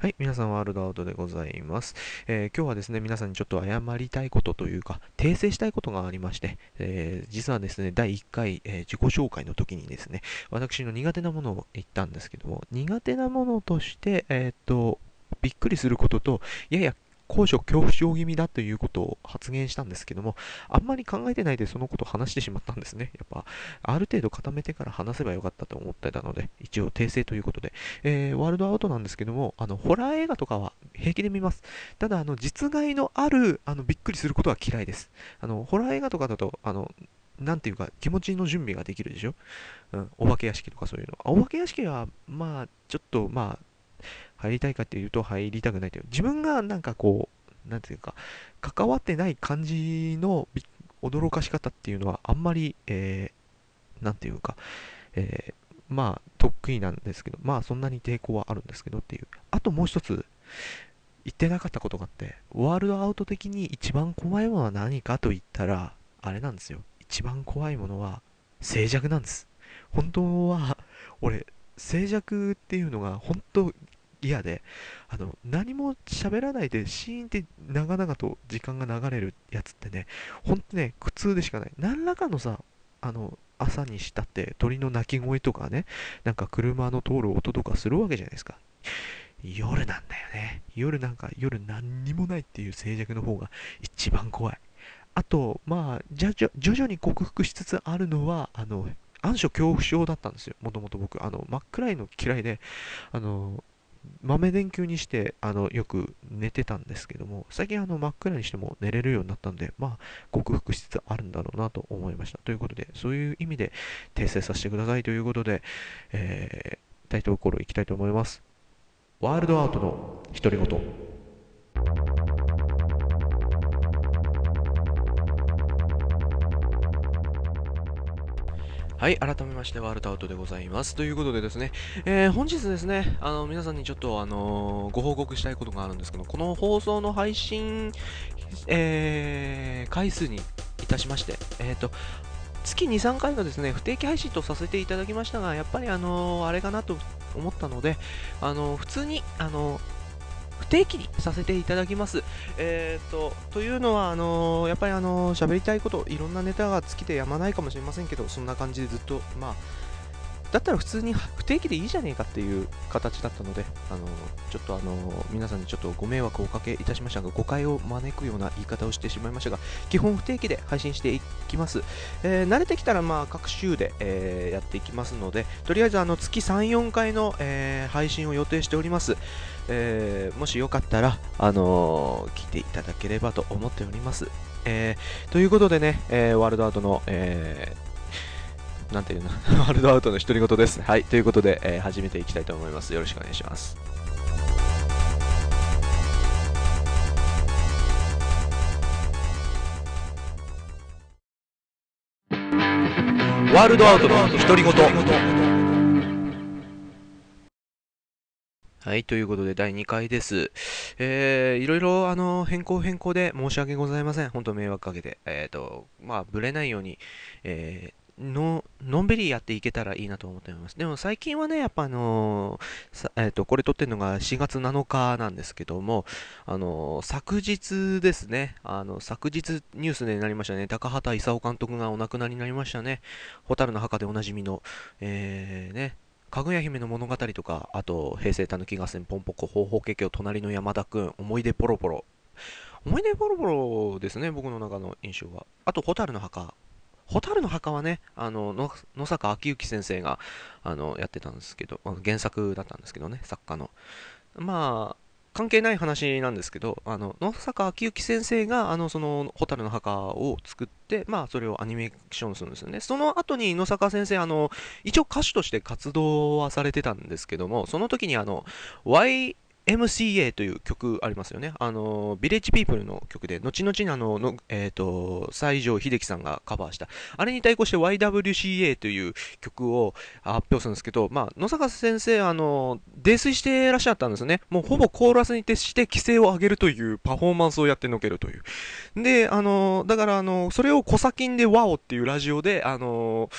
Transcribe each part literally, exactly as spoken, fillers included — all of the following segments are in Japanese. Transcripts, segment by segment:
はい、皆さんワールドアウトでございます。えー今日はですね、皆さんにちょっと謝りたいことというか、訂正したいことがありまして、えー実はですね、だいいっかい、えー自己紹介の時にですね、私の苦手なものを言ったんですけども、苦手なものとして、えーっと、びっくりすることと、やや高所恐怖症気味だということを発言したんですけども、あんまり考えてないでそのことを話してしまったんですね。やっぱ、ある程度固めてから話せばよかったと思ってたので、一応訂正ということで、えーワールドアウトなんですけども、あの、ホラー映画とかは平気で見ます。ただ、あの、実害のある、あの、びっくりすることは嫌いです。あの、ホラー映画とかだと、あの、なんていうか、気持ちの準備ができるでしょ。うん、お化け屋敷とかそういうの。あ、お化け屋敷は、まあ、ちょっと、まあ、入りたいかっていうと入りたくないという。自分がなんかこう、なんていうか、関わってない感じのび驚かし方っていうのは、あんまり、えー、なんていうか、えーまあ、得意なんですけど、まあ、そんなに抵抗はあるんですけどっていう。あともう一つ言ってなかったことがあって、ワールドアウト的に一番怖いものは何かと言ったら、あれなんですよ。一番怖いものは静寂なんです。本当は、俺、静寂っていうのが本当嫌で、あの、何も喋らないでシーンって長々と時間が流れるやつってね、ほんとね、苦痛でしかない。何らかのさ、あの、朝にしたって鳥の鳴き声とかね、なんか車の通る音とかするわけじゃないですか。夜なんだよね。夜なんか、夜何にもないっていう静寂の方が一番怖い。あと、まあ、じゃじゃ徐々に克服しつつあるのは、あの、暗所恐怖症だったんですよ。もともと僕、あの、真っ暗いの嫌いで、あの、豆電球にして、あの、よく寝てたんですけども、最近あの、真っ暗にしても寝れるようになったんで、まあ、克服しつつあるんだろうなと思いました。ということで、そういう意味で訂正させてくださいということで、えー、タイトルコールいきたいと思います。ワールドアウトの独り言。はい、改めましてワールドアウトでございます。ということでですね、えー本日ですね、あの、皆さんにちょっと、あのーご報告したいことがあるんですけど、この放送の配信、えー回数にいたしまして、えっと、月に、さんかいのですね、不定期配信とさせていただきましたが、やっぱりあのーあれかなと思ったので、あのー普通に、あのー不定期にさせていただきます。えー、と、というのは、あのーやっぱりあのー喋りたいこと、いろんなネタが尽きてやまないかもしれませんけど、そんな感じでずっと、まあ、だったら普通に不定期でいいじゃねえかっていう形だったので、あのちょっとあの皆さんにちょっとご迷惑をおかけいたしましたが、誤解を招くような言い方をしてしまいましたが、基本不定期で配信していきます。えー慣れてきたらまあ各週で、えーやっていきますので、とりあえずあの月さん、よんかいの、えー配信を予定しております。えーもしよかったら、あのー聞いていただければと思っております。えーということでね、えーワールドアートの、えーなんていうのワールドアウトの独り言です。はい。ということで、えー始めていきたいと思います。よろしくお願いします。ワールドアウトの独り言。はい。ということで、だいにかいです。えー、いろいろ、あの、変更変更で申し訳ございません。本当迷惑かけて。えっ、と、まあ、ぶれないように、えー、の、のんびりやっていけたらいいなと思っております。でも最近はね、やっぱあのーさえっ、と、これ撮ってるのがしがつなのかなんですけども、あのー昨日ですね、あの、昨日ニュースでなりましたね、高畑勲監督がお亡くなりになりましたね。蛍の墓でおなじみの、えー、ね、かぐや姫の物語とか、あと、平成たぬき合戦、ポンポコ、ほうほうけけお、隣の山田くん、思い出ポロポロ。思い出ポロポロですね、僕の中の印象は。あと、蛍の墓。蛍の墓はね、あの、の野坂昭之先生が、あの、やってたんですけど、あの原作だったんですけどね、作家の。まあ、関係ない話なんですけど、あの、野坂昭之先生が、あの、その、蛍の墓を作って、まあ、それをアニメーションするんですよね。その後に野坂先生、あの、一応歌手として活動はされてたんですけども、その時にあの、Y、エムシーエー という曲ありますよね。あの、ビレッジピープルの曲で、後々にあの、のえっ、と、西城秀樹さんがカバーした、あれに対抗して ワイダブリューシーエー という曲を発表するんですけど、まあ、野坂先生、あの、泥酔していらっしゃったんですね。もうほぼコーラスに徹して規制を上げるというパフォーマンスをやってのけるという。で、あの、だからあの、それをコサキンでワオっていうラジオで、あの、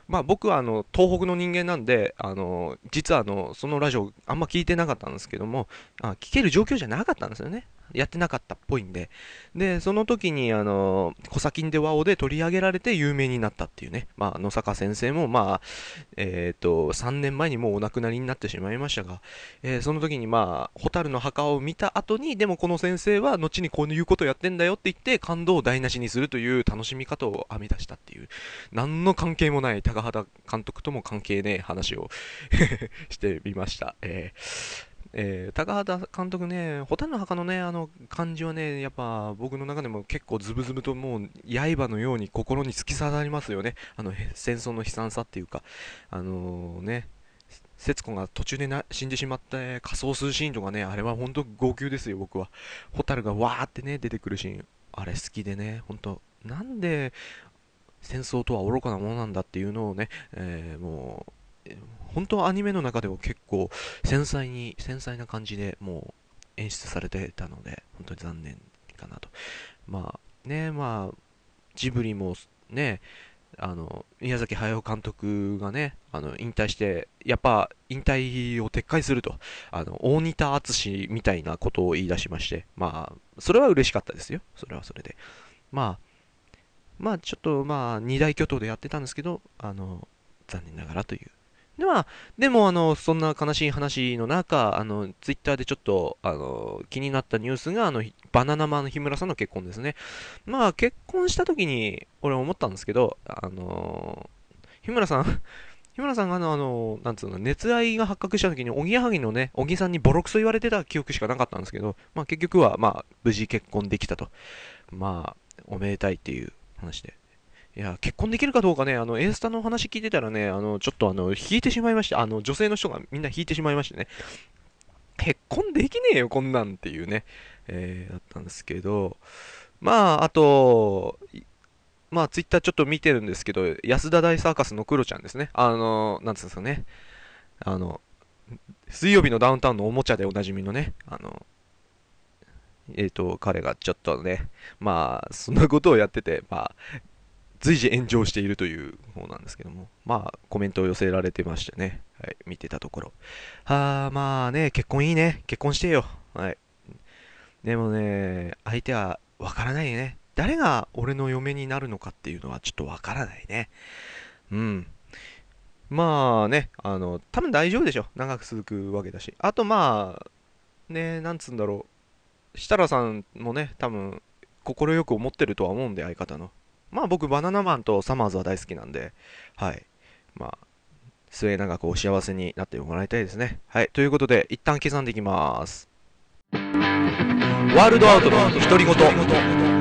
まあ僕はあの東北の人間なんで、あの実はあのそのラジオあんま聞いてなかったんですけども、あ聞ける状況じゃなかったんですよね。やってなかったっぽいんで。で、その時にあの、コサキンでワオで取り上げられて有名になったっていうね。まあ野坂先生もまあ、えっと、さんねんまえにもうお亡くなりになってしまいましたが、えーその時にまあ、蛍の墓を見た後に、でもこの先生は後にこういうことをやってんだよって言って感動を台無しにするという楽しみ方を編み出したっていう、何の関係もない高畑監督とも関係ねえ話をしてみました。えーえー高畑監督ね、蛍の墓のね、あの感じはね、やっぱ僕の中でも結構ズブズブともう刃のように心に突き刺さりますよね。あのへ戦争の悲惨さっていうか、あのね、節子が途中でな死んでしまって仮装するシーンとかね、あれは本当号泣ですよ、僕は。蛍がわーってね、出てくるシーン、あれ好きでね、本当なんで戦争とは愚かなものなんだっていうのをね、えーもう、えー本当はアニメの中でも結構繊細に、繊細な感じでもう演出されてたので、本当に残念かなと。まあね、まあ、ジブリもね、あの、宮崎駿監督がね、あの、引退して、やっぱ引退を撤回すると、あの、大仁田敦みたいなことを言い出しまして、まあ、それは嬉しかったですよ。それはそれで。まあ、まあちょっとまあ二大巨頭でやってたんですけど、あの、残念ながらという。でまあ、でもあの、そんな悲しい話の中、あの、ツイッターでちょっと、あの、気になったニュースが、あの、バナナマンの日村さんの結婚ですね。まあ結婚した時に、俺思ったんですけど、あの、日村さん日村さんがあの、あの、なんつうの、熱愛が発覚した時に、おぎやはぎのね、小木さんにボロクソ言われてた記憶しかなかったんですけど、まあ結局は、まあ、無事結婚できたと。まあ、おめでたいっていう話で。いや、結婚できるかどうかね、あの、エースタの話聞いてたらね、あの、ちょっとあの、引いてしまいました。あの、女性の人がみんな引いてしまいましてね、結婚できねえよ、こんなんっていうね、えー、だったんですけど、まあ、あと、まあ、ツイッターちょっと見てるんですけど、安田大サーカスのクロちゃんですね。あの、なんつうんですかね、あの、水曜日のダウンタウンのおもちゃでおなじみのね、あの、えっ、と、彼がちょっとね、まあ、そんなことをやってて、まあ、随時炎上しているという方なんですけども、まあ、コメントを寄せられてましてね、はい、見てたところ。はあ、まあね、結婚いいね、結婚してよ。はい。でもね、相手はわからないね。誰が俺の嫁になるのかっていうのはちょっとわからないね。うん。まあね、あの、多分大丈夫でしょ。長く続くわけだし。あとまあ、ね、なんつうんだろう。設楽さんもね、多分、快く思ってるとは思うんで、相方の。まあ僕、バナナマンとサマーズは大好きなんで、はい。まあ、末永くお幸せになってもらいたいですね。はい。ということで、一旦刻んでいきます。ワールドアウトの独り言。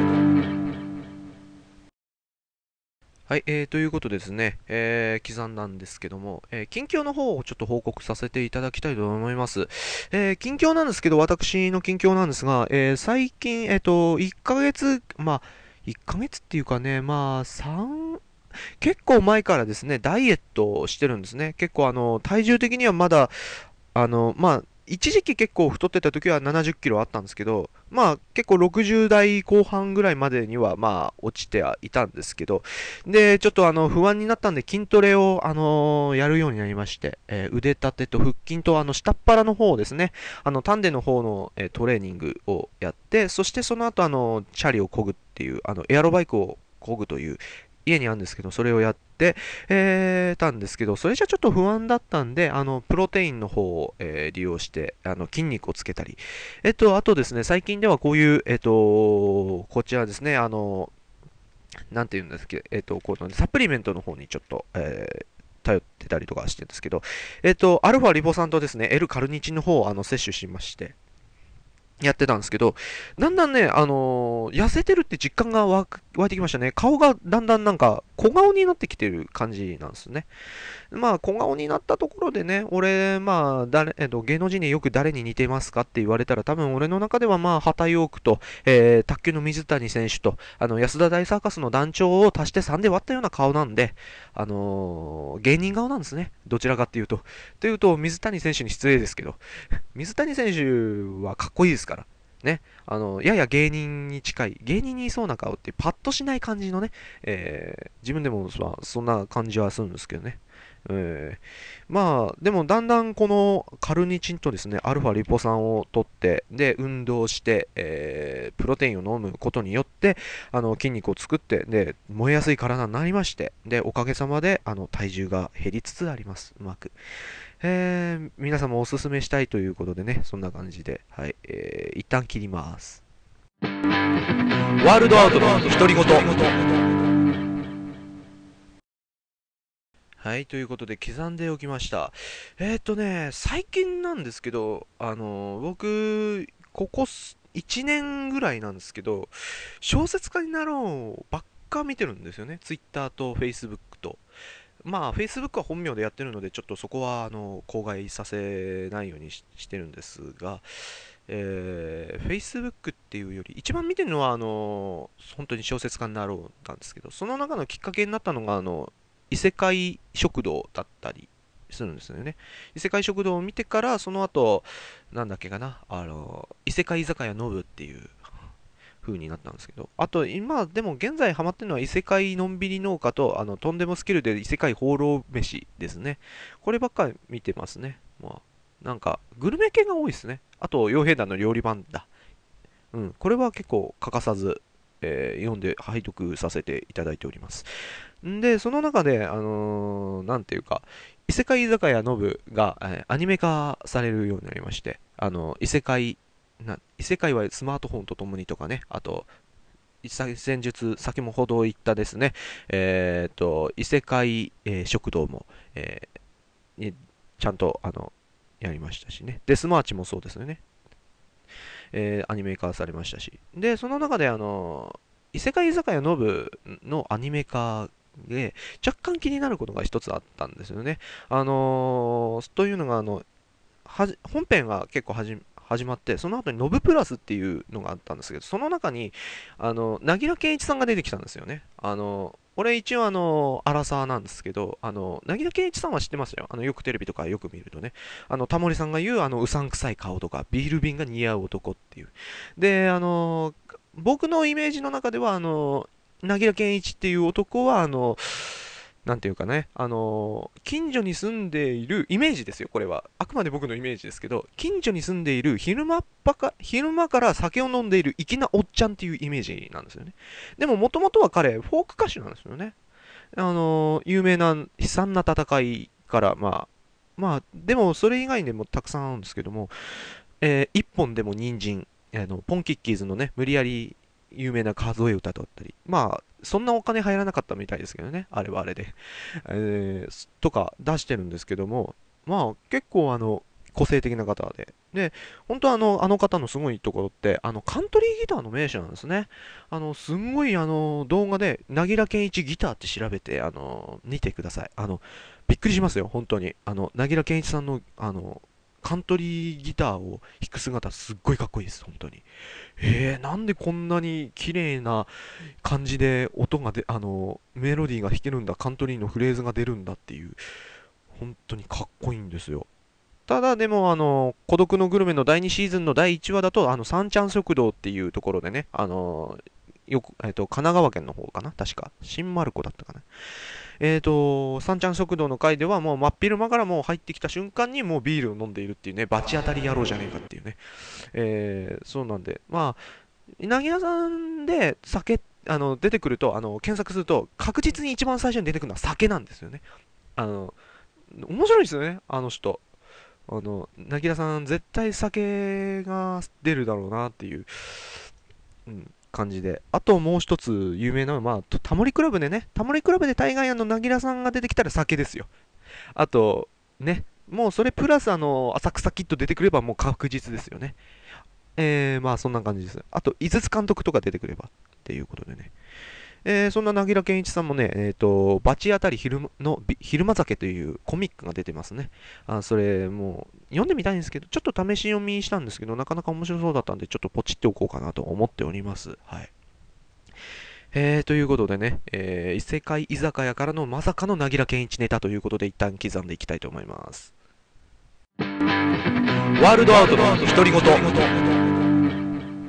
はい、えー、ということでですね、えー、刻んだんですけども、えー、近況の方をちょっと報告させていただきたいと思います。えー、近況なんですけど、私の近況なんですが、えー、最近、えっと、いっかげつ、まあ、いっかげつっていうかね、まあ、さん、結構前からですね、ダイエットをしてるんですね。結構あの、体重的にはまだあの、まあ、一時期結構太ってた時はななじゅっキロあったんですけど、まあ結構ろくじゅう代後半ぐらいまでにはまあ落ちてはいたんですけど、で、ちょっとあの不安になったんで筋トレをあのーやるようになりまして、えー腕立てと腹筋とあの下っ腹の方ですね、あの丹田の方の、えートレーニングをやって、そしてその後あの、チャリを漕ぐっていう、あのエアロバイクを漕ぐという、家にあるんですけど、それをやって、えー、たんですけど、それじゃちょっと不安だったんで、あの、プロテインの方を、えー利用して、あの、筋肉をつけたり、えっと、あとですね、最近ではこういう、えっと、こちらですね、あの、なんて言うんですけど、えっと、このサプリメントの方にちょっと、えー頼ってたりとかしてるんですけど、えっと、アルファリボ酸とですね、L カルニチンの方をあの摂取しまして、やってたんですけど、だんだんね、あのー痩せてるって実感が湧く湧いてきましたね。顔がだんだんなんか小顔になってきてる感じなんですね。まあ、小顔になったところでね、俺、まあ、誰、えっと、芸能人によく誰に似てますかって言われたら、多分俺の中では、まあ、畑陽区と、えー、卓球の水谷選手と、あの、安田大サーカスの団長を足してさんで割ったような顔なんで、あのー芸人顔なんですね。どちらかっていうと。というと、水谷選手に失礼ですけど、水谷選手はかっこいいですから。 ね、あの、やや芸人に近い、芸人にいそうな顔ってパッとしない感じのね、えー自分でもまあそんな感じはするんですけどね。えーまあ、でもだんだんこのカルニチンとですね、アルファリポ酸を取って、で、運動して、えープロテインを飲むことによって、あの、筋肉を作って、で、燃えやすい体になりまして、で、おかげさまで、あの、体重が減りつつあります。うまく。えー皆様おすすめしたいということでね、そんな感じで、はい、えー一旦切ります。ワールドアウトの独り言。はい、ということで刻んでおきました。えーっとね、最近なんですけど、あの僕、ここすいちねんぐらいなんですけど、小説家になろうばっか見てるんですよね。Twitter と Facebook と。まあ、Facebook は本名でやってるので、ちょっとそこは、あの、口外させないようにし、してるんですが、えー、Facebook っていうより、一番見てるのは、あの、本当に小説家になろうなんですけど、その中のきっかけになったのが、あの、異世界食堂だったりするんですよね。異世界食堂を見てから、その後、なんだっけかな、あの、異世界居酒屋ノブっていう風になったんですけど、あと、今、でも現在ハマってるのは異世界のんびり農家と、あの、とんでもスキルで異世界放浪飯ですね。こればっかり見てますね。まあ、なんか、グルメ系が多いですね。あと、傭兵団の料理番だ。うん、これは結構欠かさず、えー読んで拝読させていただいております。んで、その中で、あのーなんていうか、異世界居酒屋ノブが、えーアニメ化されるようになりまして、あの、異世界、な異世界はスマートフォンとともにとかね、あと、先日、先もほど言ったですね、えっと、異世界、えー食堂も、えーにちゃんと、あの、やりましたしね。デスマーチもそうですよね。えーアニメ化されましたし。で、その中で、あの、異世界居酒屋ノブのアニメ化で、若干気になることが一つあったんですよね。あのーというのが、あの、はじ本編が結構はじ始まって、その後にノブプラスっていうのがあったんですけど、その中に、あの、なぎら健一さんが出てきたんですよね。あの、俺一応あの、アラサーなんですけど、あの、なぎら健一さんは知ってますよ。あの、よくテレビとかよく見るとね。あの、タモリさんが言う、あの、うさんくさい顔とか、ビール瓶が似合う男っていう。で、あの、僕のイメージの中では、あの、なぎら健一っていう男は、あの、なんていうかね、あのー近所に住んでいるイメージですよ、これは。あくまで僕のイメージですけど、近所に住んでいる昼間っぱか、昼間から酒を飲んでいる粋なおっちゃんっていうイメージなんですよね。でも、もともとは彼、フォーク歌手なんですよね。あのー有名な悲惨な戦いから、まあ、まあ、でも、それ以外でもたくさんあるんですけども、えー一本でも人参、あの、ポンキッキーズのね、無理やり有名な数え歌だったり、まあ、そんなお金入らなかったみたいですけどね、あれはあれで。えーとか出してるんですけども、まあ、結構あの、個性的な方で。で、本当はあの、あの方のすごいところって、あの、カントリーギターの名手なんですね。あの、すんごいあの、動画で、なぎら健一ギターって調べて、あの、見てください。あの、びっくりしますよ、本当に。あの、なぎら健一さんの、あの、カントリーギターを弾く姿すっごいかっこいいです、本当に。えー、なんでこんなに綺麗な感じで音がで、あの、メロディーが弾けるんだ、カントリーのフレーズが出るんだっていう、本当にかっこいいんですよ。ただでも、あの、孤独のグルメのだいにシーズンのだいいちわだと、あの、三ちゃん食堂っていうところでね、あの、よく、えっと、神奈川県の方かな確か。新丸子だったかな。えっと、三ちゃん食堂の回ではもう真っ昼間からもう入ってきた瞬間にもうビールを飲んでいるっていうね、罰当たり野郎じゃねえかっていうね。えー、そうなんで、まあ、稲毛屋さんで酒、あの、出てくると、あの、検索すると、確実に一番最初に出てくるのは酒なんですよね。あの、面白いですよね、あの人。あの、なぎらさん、絶対酒が出るだろうなっていう、うん、感じで。あともう一つ有名なのは、まあ、とタモリクラブでね、タモリクラブで大概あの、なぎらさんが出てきたら酒ですよ。あと、ね、もうそれプラスあの、浅草キッド出てくればもう確実ですよね。えー、まあそんな感じです。あと、井筒監督とか出てくればっていうことでね。えー、そんななぎら健一さんもね、えっ、と、罰当たり昼のび昼間酒というコミックが出てますね。あ、それ、もう、読んでみたいんですけど、ちょっと試し読みしたんですけど、なかなか面白そうだったんで、ちょっとポチっておこうかなと思っております。はい。えー、ということでね、えー、異世界居酒屋からのまさかのなぎら健一ネタということで、一旦刻んでいきたいと思います。ワールドアウトの独り言。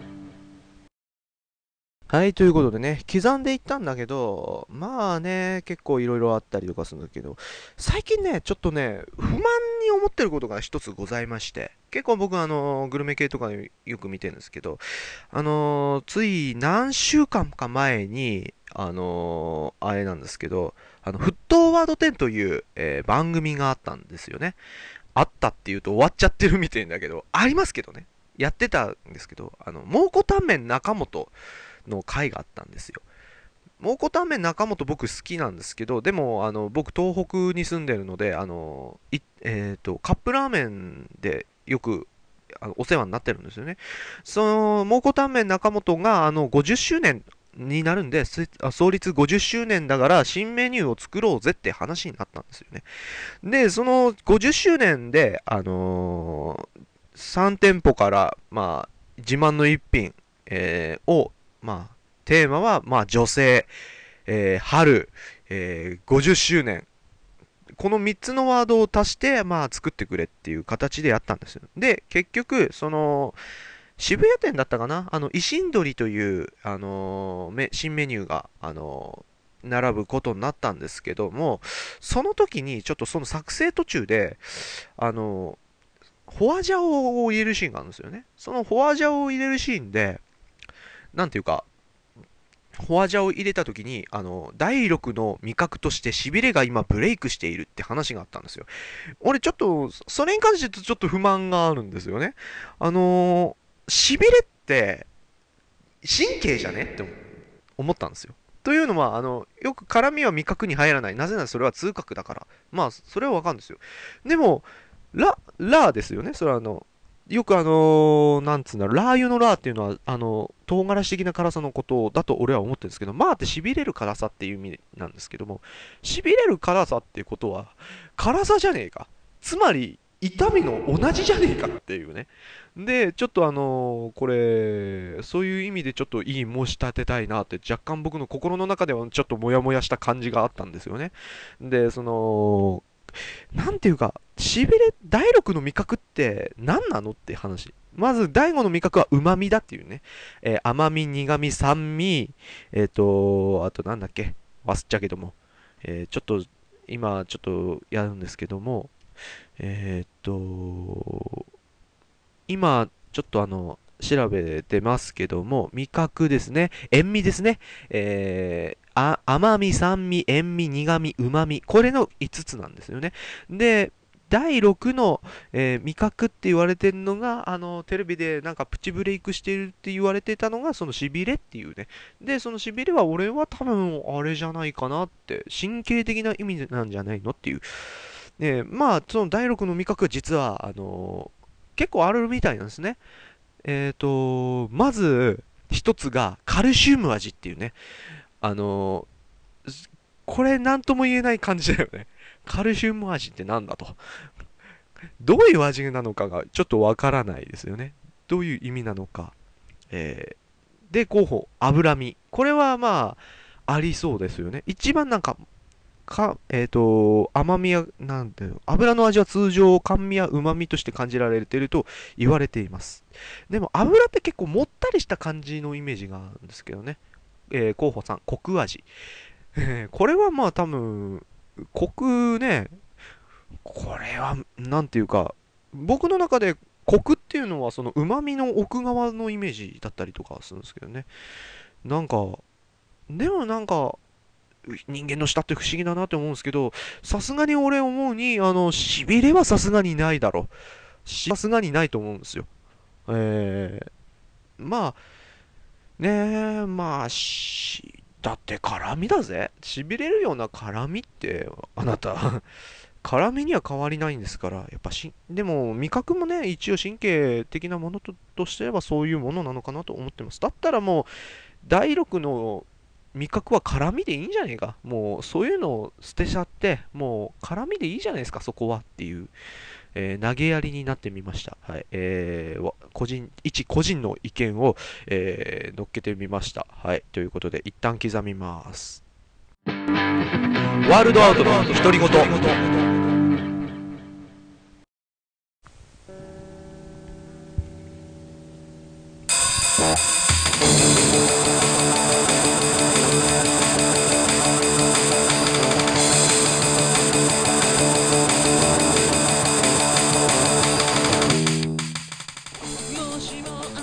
はい、ということでね、刻んでいったんだけど、まあね、結構いろいろあったりとかするんだけど、最近ね、ちょっとね、不満に思ってることが一つございまして、結構僕あの、グルメ系とかよく見てるんですけど、あのーつい何週間か前に、あのーあれなんですけど、あの、沸騰ワードテンという、えー番組があったんですよね。あったっていうと終わっちゃってるみたいんだけど、ありますけどね。やってたんですけど、あの、蒙古タンメン中本の回があったんですよ。蒙古タンメン中本僕好きなんですけど、でも、あの、僕東北に住んでるので、あの、いえっと、カップラーメンでよく、あのお世話になってるんですよね。その、蒙古タンメン中本が、あの、ごじゅっしゅうねんになるんで、すあ創立ごじゅっしゅうねんだから新メニューを作ろうぜって話になったんですよね。で、そのごじゅっしゅうねんで、あのーさん店舗から、まあ、自慢の一品、えーを、まあ、テーマは、まあ、女性、えー春、えーごじゅっしゅうねん。このみっつのワードを足して、まあ、作ってくれっていう形でやったんですよ。で、結局、その、渋谷店だったかなあの、維新鳥という、あのーめ新メニューが、あのー並ぶことになったんですけども、その時にちょっとその作成途中で、あのーフォアジャオを入れるシーンがあるんですよね。そのフォアジャオを入れるシーンで、なんていうか、フォアジャオを入れた時に、あの、第六の味覚として痺れが今ブレイクしているって話があったんですよ。俺ちょっと、それに関してちょっと不満があるんですよね。あのー、痺れって神経じゃねって思ったんですよ。というのは、あの、よく辛みは味覚に入らない。なぜならそれは痛覚だから。まあ、それはわかるんですよ。でも、ラ、ラーですよね。それはあの、よくあのーなんつうんだろう、ラー油のラーっていうのは、あの、唐辛子的な辛さのことだと俺は思ってるんですけど、まあって痺れる辛さっていう意味なんですけども、痺れる辛さっていうことは、辛さじゃねえか。つまり、痛みの同じじゃねえかっていうね。で、ちょっとあのーこれ、そういう意味でちょっといい申し立てたいなって若干僕の心の中ではちょっとモヤモヤした感じがあったんですよね。で、その、なんていうか、しびれ、第六の味覚って何なのって話。まず、第五の味覚は旨味だっていうね。えー甘み、苦味、酸味、えっ、と、あとなんだっけ、忘っちゃうけども。えーちょっと、今、ちょっとやるんですけども、えっ、と、今、ちょっとあの、調べてますけども、味覚ですね。塩味ですね。えー、あ、甘み、酸味、塩味、苦味、旨味。これのいつつなんですよね。で、だいろくの、えー味覚って言われてるのが、あの、テレビでなんかプチブレイクしているって言われてたのが、そのしびれっていうね。で、そのしびれは俺は多分あれじゃないかなって、神経的な意味なんじゃないのっていう。で、まあ、そのだいろくの味覚は実は、あの結構あるみたいなんですね。えっ、と、まず、一つがカルシウム味っていうね。あのーこれなんとも言えない感じだよね。カルシウム味ってなんだと。どういう味なのかがちょっとわからないですよね。どういう意味なのか。えー、で、候補、脂身。これはまあ、ありそうですよね。一番なんか、か、えっ、と、甘みや、なんていうの、油の味は通常、甘味や旨味として感じられていると言われています。でも、油って結構もったりした感じのイメージがあるんですけどね。えー候補さん、コク味。えーこれはまあ多分、コクね、これは、なんていうか、僕の中でコクっていうのはその旨味の奥側のイメージだったりとかするんですけどね。なんか、でもなんか、人間の舌って不思議だなって思うんですけど、さすがに俺思うに、あの、痺れはさすがにないだろう。さすがにないと思うんですよ。えー、まあ、ねえ、まあ、し、だって辛味だぜ。痺れるような辛味って、あなた、辛味には変わりないんですから、やっぱし、でも、味覚もね、一応神経的なものと、としてはそういうものなのかなと思ってます。だったらもう、第六の味覚は辛味でいいんじゃねえか。もうそういうのを捨てちゃって、もう辛味でいいじゃないですか、そこはっていう、えー投げやりになってみました。はい。えー個人、一個人の意見を、えー乗っけてみました。はい。ということで、一旦刻みます。ワールドアウトの独り言。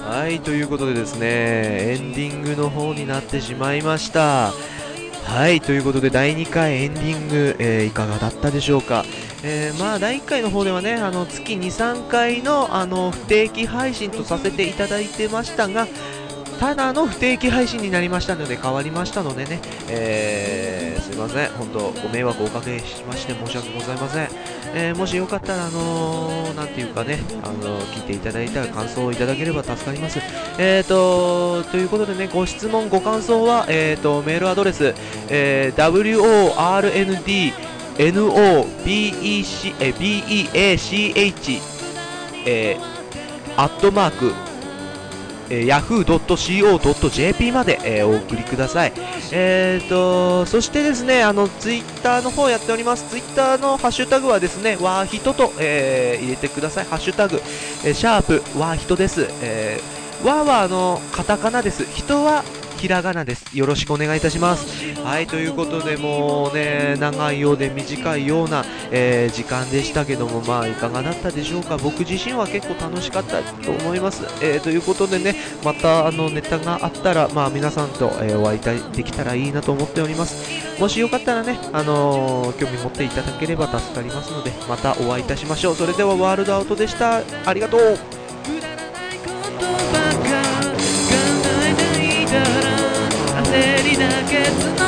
はい、ということでですね、エンディングの方になってしまいました。はい、ということでだいにかいエンディング、えーいかがだったでしょうか。えーまあだいいっかいの方ではね、あの月に、さんかいのあの不定期配信とさせていただいてましたが、ただの不定期配信になりましたので変わりましたのでね、えーすいません、本当ご迷惑をおかけしまして申し訳ございません。えーもしよかったら、あのーなんていうかね、あのー聞いていただいたら感想をいただければ助かります。えーとということでね、ご質問ご感想は、えーとメールアドレス、えー、ダブリューオーアールエヌディーエヌオービーイーシー えー ビーイーエーシーエイチ えーアットマークえー、ヤフー ドット シーオー ドット ジェーピー まで、えーお送りください。えーとそしてですね、あのツイッターの方やっております。ツイッターのハッシュタグはですね、わーひとと、えー入れてください。ハッシュタグ、えーシャープわーひとです。えー、わーはあのカタカナです。人はひらがなです。よろしくお願いいたします。はい、ということで、もうね、長いようで短いような、えー時間でしたけども、まあいかがだったでしょうか。僕自身は結構楽しかったと思います。えーということでね、またあのネタがあったら、まあ皆さんと、えーお会いたいできたらいいなと思っております。もしよかったらね、あのー興味持っていただければ助かりますので、またお会いいたしましょう。それではワールドアウトでした。ありがとう。 焦りだけ募